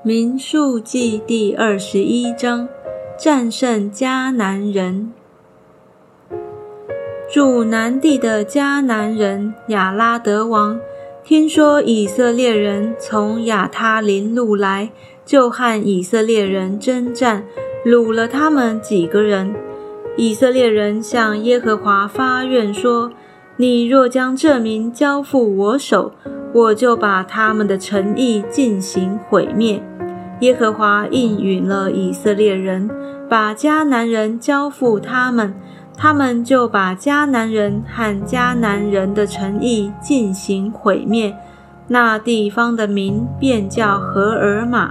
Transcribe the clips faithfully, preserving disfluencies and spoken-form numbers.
民数记第二十一章，战胜迦南人。住南地的迦南人亚拉德王，听说以色列人从亚他林路来，就和以色列人征战，掳了他们几个人。以色列人向耶和华发愿说：你若将这民交付我手，我就把他们的城邑进行毁灭。耶和华应允了以色列人，把迦南人交付他们，他们就把迦南人和迦南人的城邑进行毁灭。那地方的名便叫何尔玛。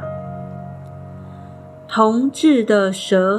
铜制的蛇。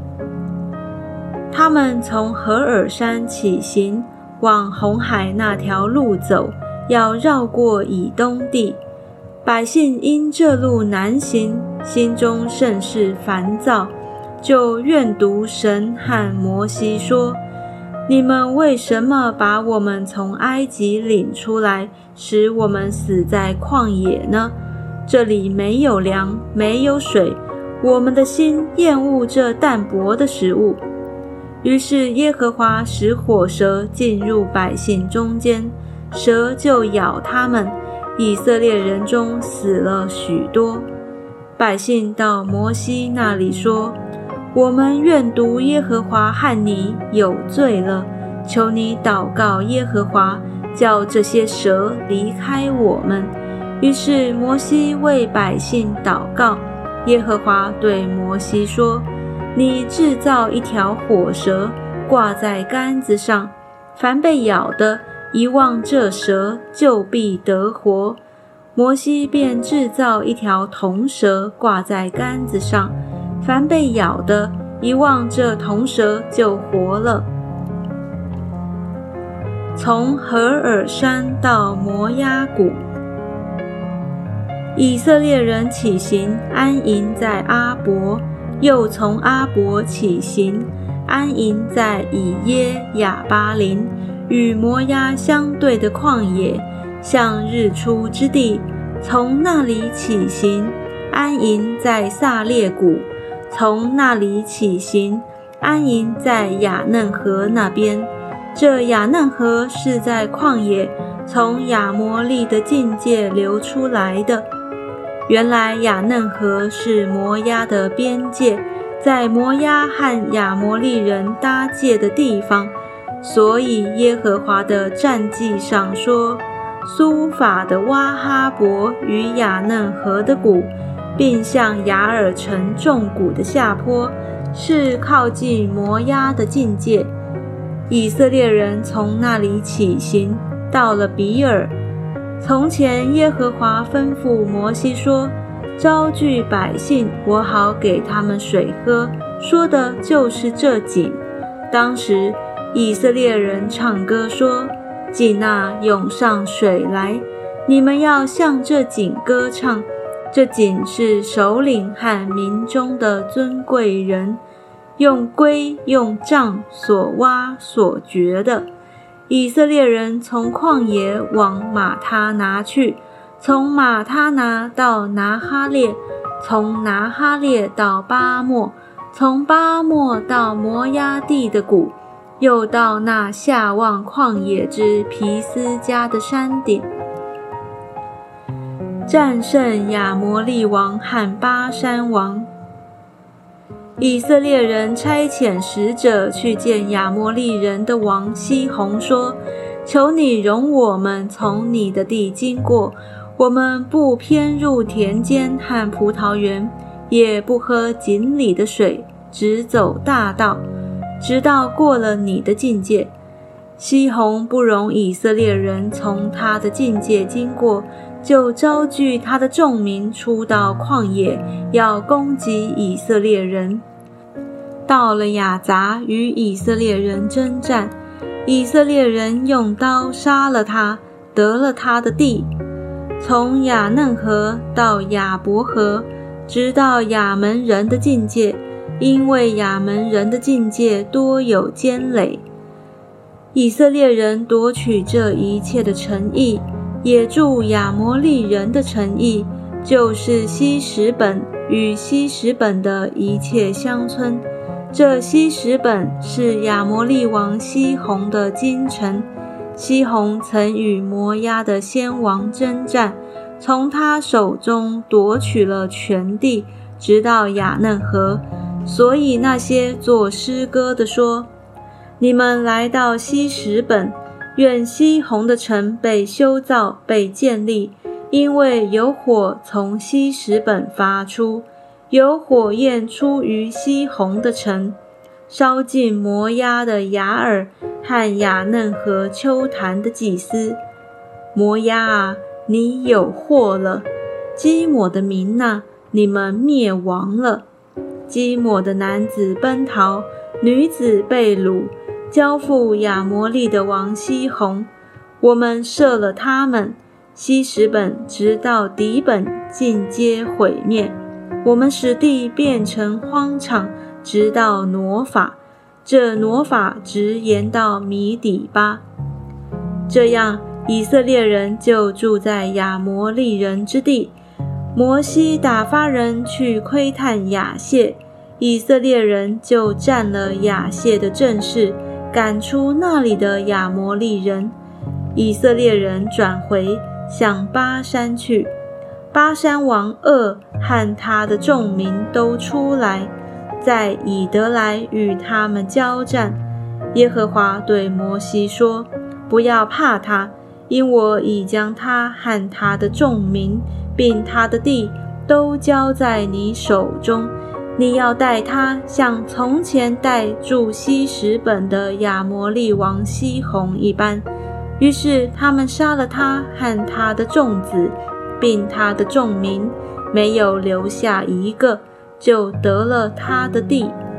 他们从何尔山起行，往红海那条路走，要绕过以东地。百姓因这路难行，心中甚是烦躁，就怨毒神和摩西说：你们为什么把我们从埃及领出来，使我们死在旷野呢？这里没有粮，没有水，我们的心厌恶这淡薄的食物。于是耶和华使火蛇进入百姓中间，蛇就咬他们，以色列人中死了许多。百姓到摩西那里说：我们怨毒耶和华和你有罪了，求你祷告耶和华，叫这些蛇离开我们。于是摩西为百姓祷告，耶和华对摩西说：你制造一条火蛇，挂在杆子上，凡被咬的，一望这蛇，就必得活。摩西便制造一条铜蛇，挂在杆子上，凡被咬的，一望这铜蛇，就活了。从何尔山到摩押谷。以色列人起行，安营在阿伯，又从阿伯起行，安营在以耶亚巴林，与摩押相对的旷野，向日出之地。从那里起行，安营在撒列谷，从那里起行，安营在雅嫩河那边。这雅嫩河是在旷野，从亚摩利的境界流出来的。原来雅嫩河是摩押的边界，在摩押和亚摩利人搭界的地方，所以耶和华的战记上说：苏法的挖哈伯与雅嫩河的谷，并向雅尔城众谷的下坡，是靠近摩押的境界。以色列人从那里起行，到了比尔。从前耶和华吩咐摩西说：招聚百姓，我好给他们水喝，说的就是这井。当时以色列人唱歌说：井啊，涌上水来，你们要向这井歌唱。这井是首领和民中的尊贵人，用规用杖所挖所掘的。以色列人从旷野往马他拿去，从马他拿到拿哈列，从拿哈列到巴莫，从巴莫到摩押地的谷，又到那下望旷野之皮斯加的山顶。战胜亚摩利王和巴珊王。以色列人差遣使者去见亚摩利人的王西宏说：求你容我们从你的地经过，我们不偏入田间和葡萄园，也不喝井里的水，只走大道，直到过了你的境界。西宏不容以色列人从他的境界经过，就招聚他的众民出到旷野，要攻击以色列人。到了雅杂，与以色列人征战，以色列人用刀杀了他，得了他的地。从雅嫩河到雅伯河，直到亚门人的境界，因为亚门人的境界多有坚垒。以色列人夺取这一切的城邑，也住亚摩利人的城邑， 就是希实本与希实本的一切乡村。这希实本是亚摩利王西宏的京城。西宏曾与摩押的先王征战，从他手中夺取了全地，直到雅嫩河。所以那些作诗歌的说：你们来到希实本，愿西宏的城被修造，被建立，因为有火从希实本发出，有火焰出于西宏的城，烧尽摩押的雅尔和雅嫩河丘坛的祭司。摩押啊，你有祸了！基抹的民啊，你们灭亡了！基抹的男子奔逃，女子被掳，交付亚摩利的王西宏。我们射了他们，希实本直到底本尽皆毁灭。我们使地变成荒场，直到挪法，这挪法直延到米底巴。这样，以色列人就住在亚摩利人之地。摩西打发人去窥探亚谢，以色列人就占了亚谢的阵势，赶出那里的亚摩利人。以色列人转回，向巴山去。巴山王噩和他的众民都出来，在以得来与他们交战。耶和华对摩西说：不要怕他，因我已将他和他的众民并他的地都交在你手中。你要带他像从前带住希实本的亚摩利王西宏一般。于是他们杀了他和他的众子，并他的众民，没有留下一个，就得了他的地。